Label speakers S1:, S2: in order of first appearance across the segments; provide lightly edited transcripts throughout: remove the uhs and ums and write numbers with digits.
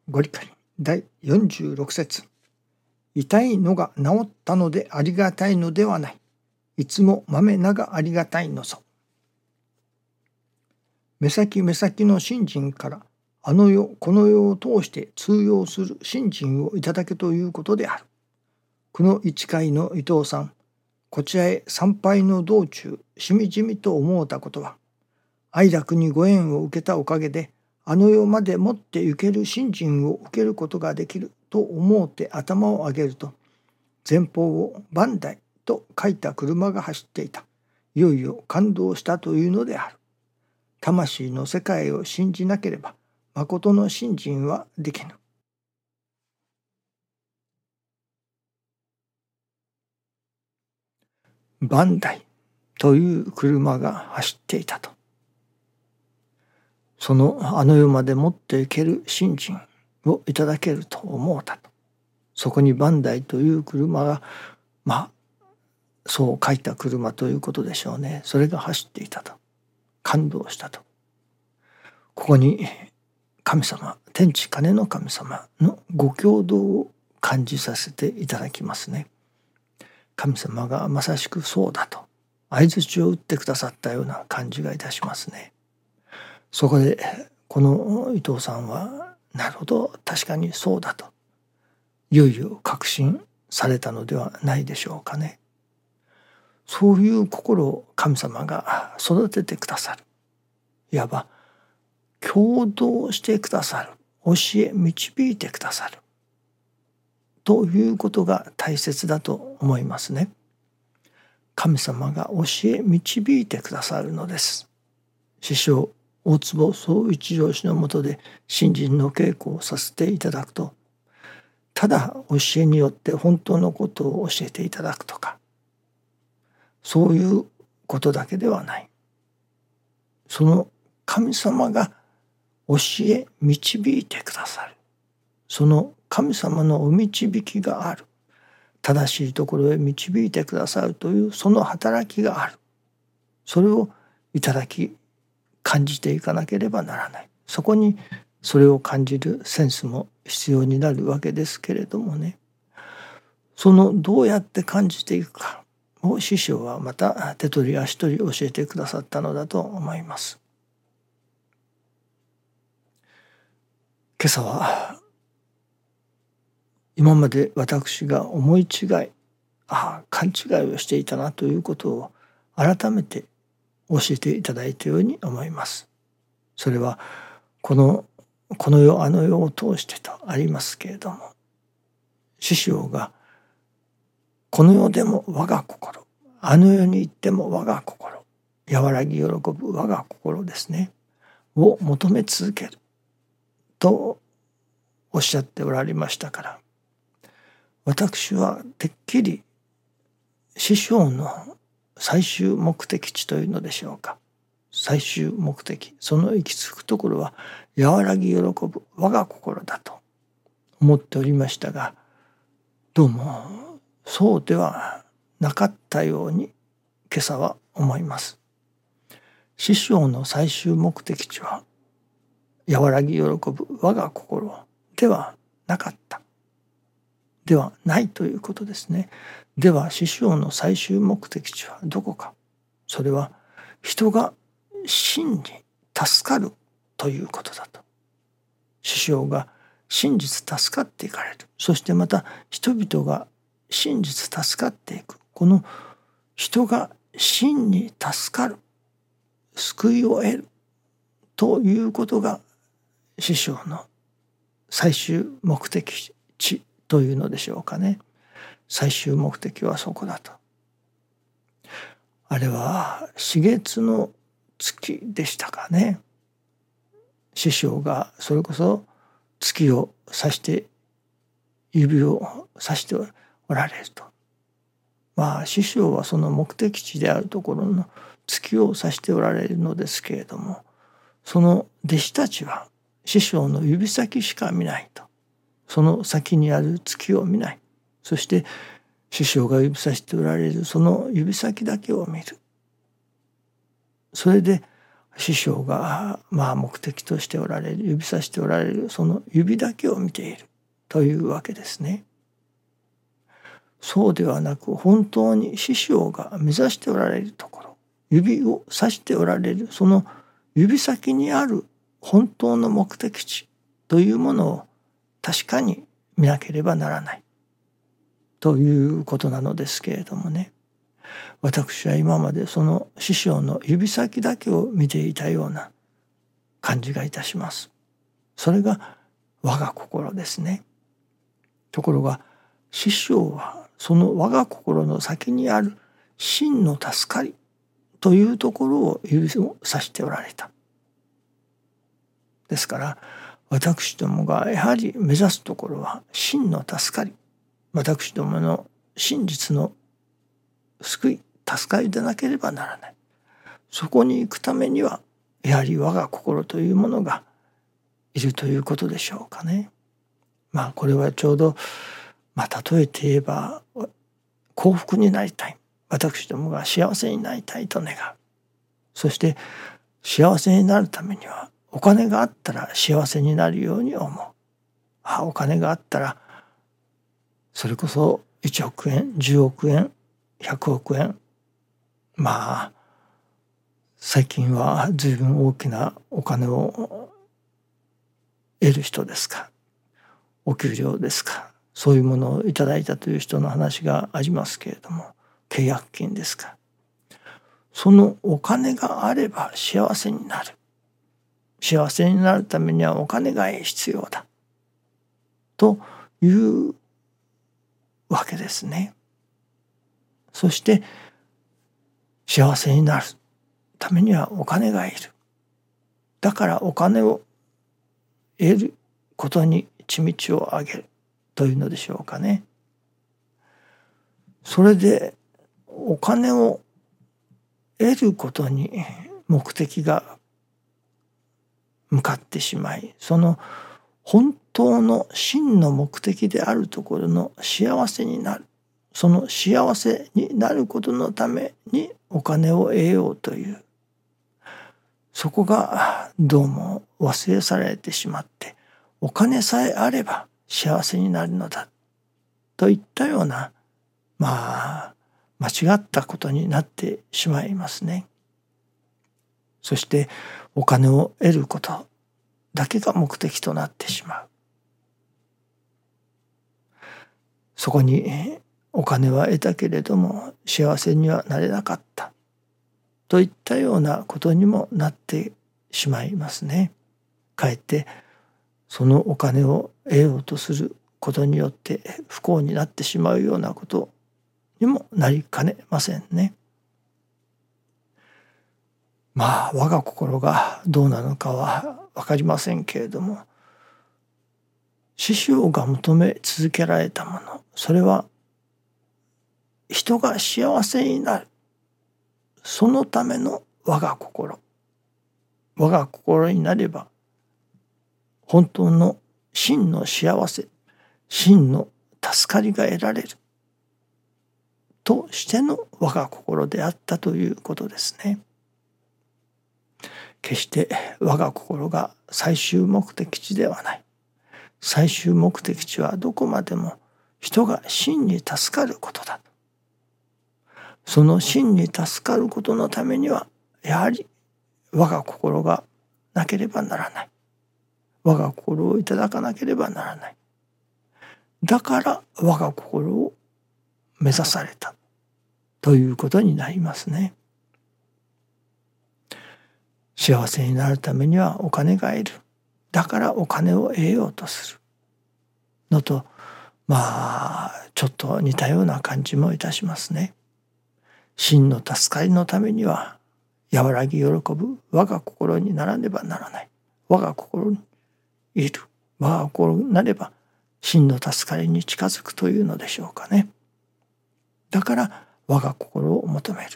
S1: ご理解第46節。痛いのが治ったのでありがたいのではない。いつもまめながありがたいのぞ。目先目先の信心からあの世この世を通して通用する信心をいただけということである。久野一会の伊藤さん、こちらへ参拝の道中しみじみと思うたことは、愛楽にご縁を受けたおかげであの世までもって行ける信心を受けることができると思うて頭を上げると、前方を万代と書いた車が走っていた。いよいよ感動したというのである。魂の世界を信じなければ誠の信心はできぬ。万代という車が走っていたと。そのあの世までもっていける信心をいただけると思うたと。そこに万代という車がそう書いた車ということでしょうね。それが走っていたと。感動したと。ここに神様、天地金の神様のご共同を感じさせていただきますね。神様がまさしくそうだと相槌を打ってくださったような感じがいたしますね。そこでこの伊藤さんはなるほど確かにそうだといよいよ確信されたのではないでしょうかね。そういう心を神様が育ててくださる、いわば共同してくださる、教え導いてくださるということが大切だと思いますね。神様が教え導いてくださるのです。師匠大坪宗一郎氏のもとで信心の稽古をさせていただくと、ただ教えによって本当のことを教えていただくとか、そういうことだけではない。その神様が教え導いてくださる。その神様のお導きがある。正しいところへ導いてくださるというその働きがある。それをいただき感じていかなければならない。そこにそれを感じるセンスも必要になるわけですけれどもね。そのどうやって感じていくかを師匠はまた手取り足取り教えてくださったのだと思います。今朝は今まで私が思い違い、勘違いをしていたなということを改めて教えていただいたように思います。それはこの世あの世を通してとありますけれども、師匠がこの世でも我が心、あの世に行っても我が心、和らぎ喜ぶ我が心ですねを求め続けるとおっしゃっておられましたから、私はてっきり師匠の最終目的地というのでしょうか、最終目的、その行き着くところは和らぎ喜ぶ我が心だと思っておりましたが、どうもそうではなかったように今朝は思います。師匠の最終目的地は和らぎ喜ぶ我が心ではなかった、ではないということですね。では師匠の最終目的地はどこか。それは人が真に助かるということだと。師匠が真実助かっていかれる。そしてまた人々が真実助かっていく。この人が真に助かる、救いを得るということが師匠の最終目的地というのでしょうかね。最終目的はそこだと。あれは四月の月でしたかね。師匠がそれこそ月を指して指を指しておられると。師匠はその目的地であるところの月を指しておられるのですけれども、その弟子たちは師匠の指先しか見ないと。その先にある月を見ない。そして師匠が指さしておられるその指先だけを見る。それで師匠が目的としておられる、指さしておられるその指だけを見ているというわけですね。そうではなく、本当に師匠が目指しておられるところ、指を指しておられるその指先にある本当の目的地というものを確かに見なければならないということなのですけれどもね。私は今までその師匠の指先だけを見ていたような感じがいたします。それが我が心ですね。ところが師匠はその我が心の先にある真の助かりというところを指を指しておられた。ですから私どもがやはり目指すところは真の助かり、私どもの真実の救い、助かりでなければならない。そこに行くためにはやはり我が心というものがいるということでしょうかね。これはちょうど例えて言えば幸福になりたい、私どもが幸せになりたいと願う。そして幸せになるためにはお金があったら幸せになるように思う。お金があったらそれこそ1億円、10億円、100億円、最近は随分大きなお金を得る人ですか、お給料ですか、そういうものをいただいたという人の話がありますけれども、契約金ですか、そのお金があれば幸せになる。幸せになるためにはお金が必要だというわけですね。そして幸せになるためにはお金がいる。だからお金を得ることに血道を上げるというのでしょうかね。それでお金を得ることに目的が向かってしまい、その本当の真の目的であるところの幸せになる、その幸せになることのためにお金を得ようという、そこがどうも忘れ去られてしまって、お金さえあれば幸せになるのだといったような間違ったことになってしまいますね。そしてお金を得ることだけが目的となってしまう。そこにお金は得たけれども幸せにはなれなかったといったようなことにもなってしまいますね。かえってそのお金を得ようとすることによって不幸になってしまうようなことにもなりかねませんね。我が心がどうなのかは分かりませんけれども、師匠が求め続けられたもの、それは人が幸せになる、そのための我が心。我が心になれば本当の真の幸せ、真の助かりが得られるとしての我が心であったということですね。決して我が心が最終目的地ではない。最終目的地はどこまでも人が真に助かることだ。その真に助かることのためにはやはり我が心がなければならない。我が心をいただかなければならない。だから我が心を目指されたということになりますね。幸せになるためにはお金がいる。だからお金を得ようとするのとちょっと似たような感じもいたしますね。真の助かりのためには和らぎ喜ぶ我が心にならねばならない。我が心にいる我が心になれば真の助かりに近づくというのでしょうかね。だから我が心を求める。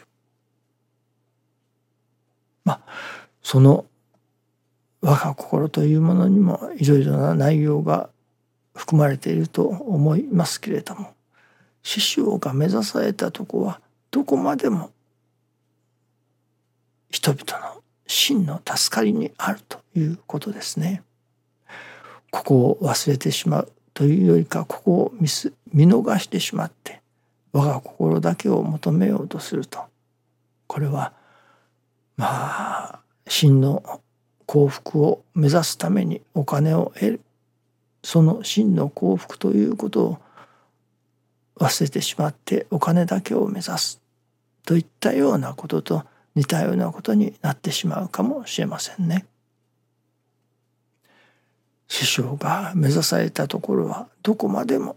S1: その我が心というものにもいろいろな内容が含まれていると思いますけれども、師匠が目指されたとこはどこまでも人々の真の助かりにあるということですね。ここを忘れてしまうというよりか、ここを見逃してしまって我が心だけを求めようとすると、これは真の幸福を目指すためにお金を得る、その真の幸福ということを忘れてしまってお金だけを目指すといったようなことと似たようなことになってしまうかもしれませんね。師匠が目指されたところはどこまでも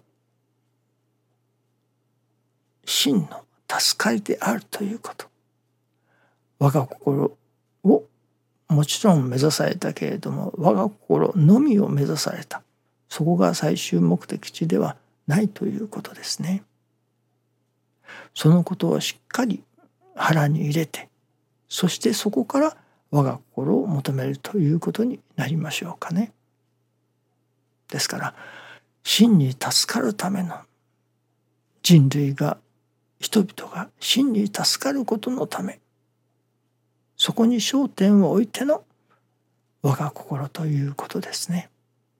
S1: 真の助かりであるということ。我が心をもちろん目指されたけれども、我が心のみを目指された。そこが最終目的地ではないということですね。そのことをしっかり腹に入れて、そしてそこから我が心を求めるということになりましょうかね。ですから真に助かるための人類が、人々が真に助かることのため、そこに焦点を置いての我が心ということですね。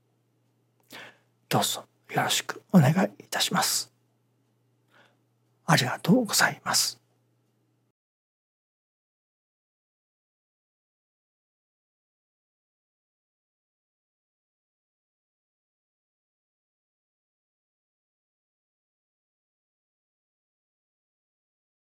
S1: どうぞよろしくお願いいたします。ありがとうございます。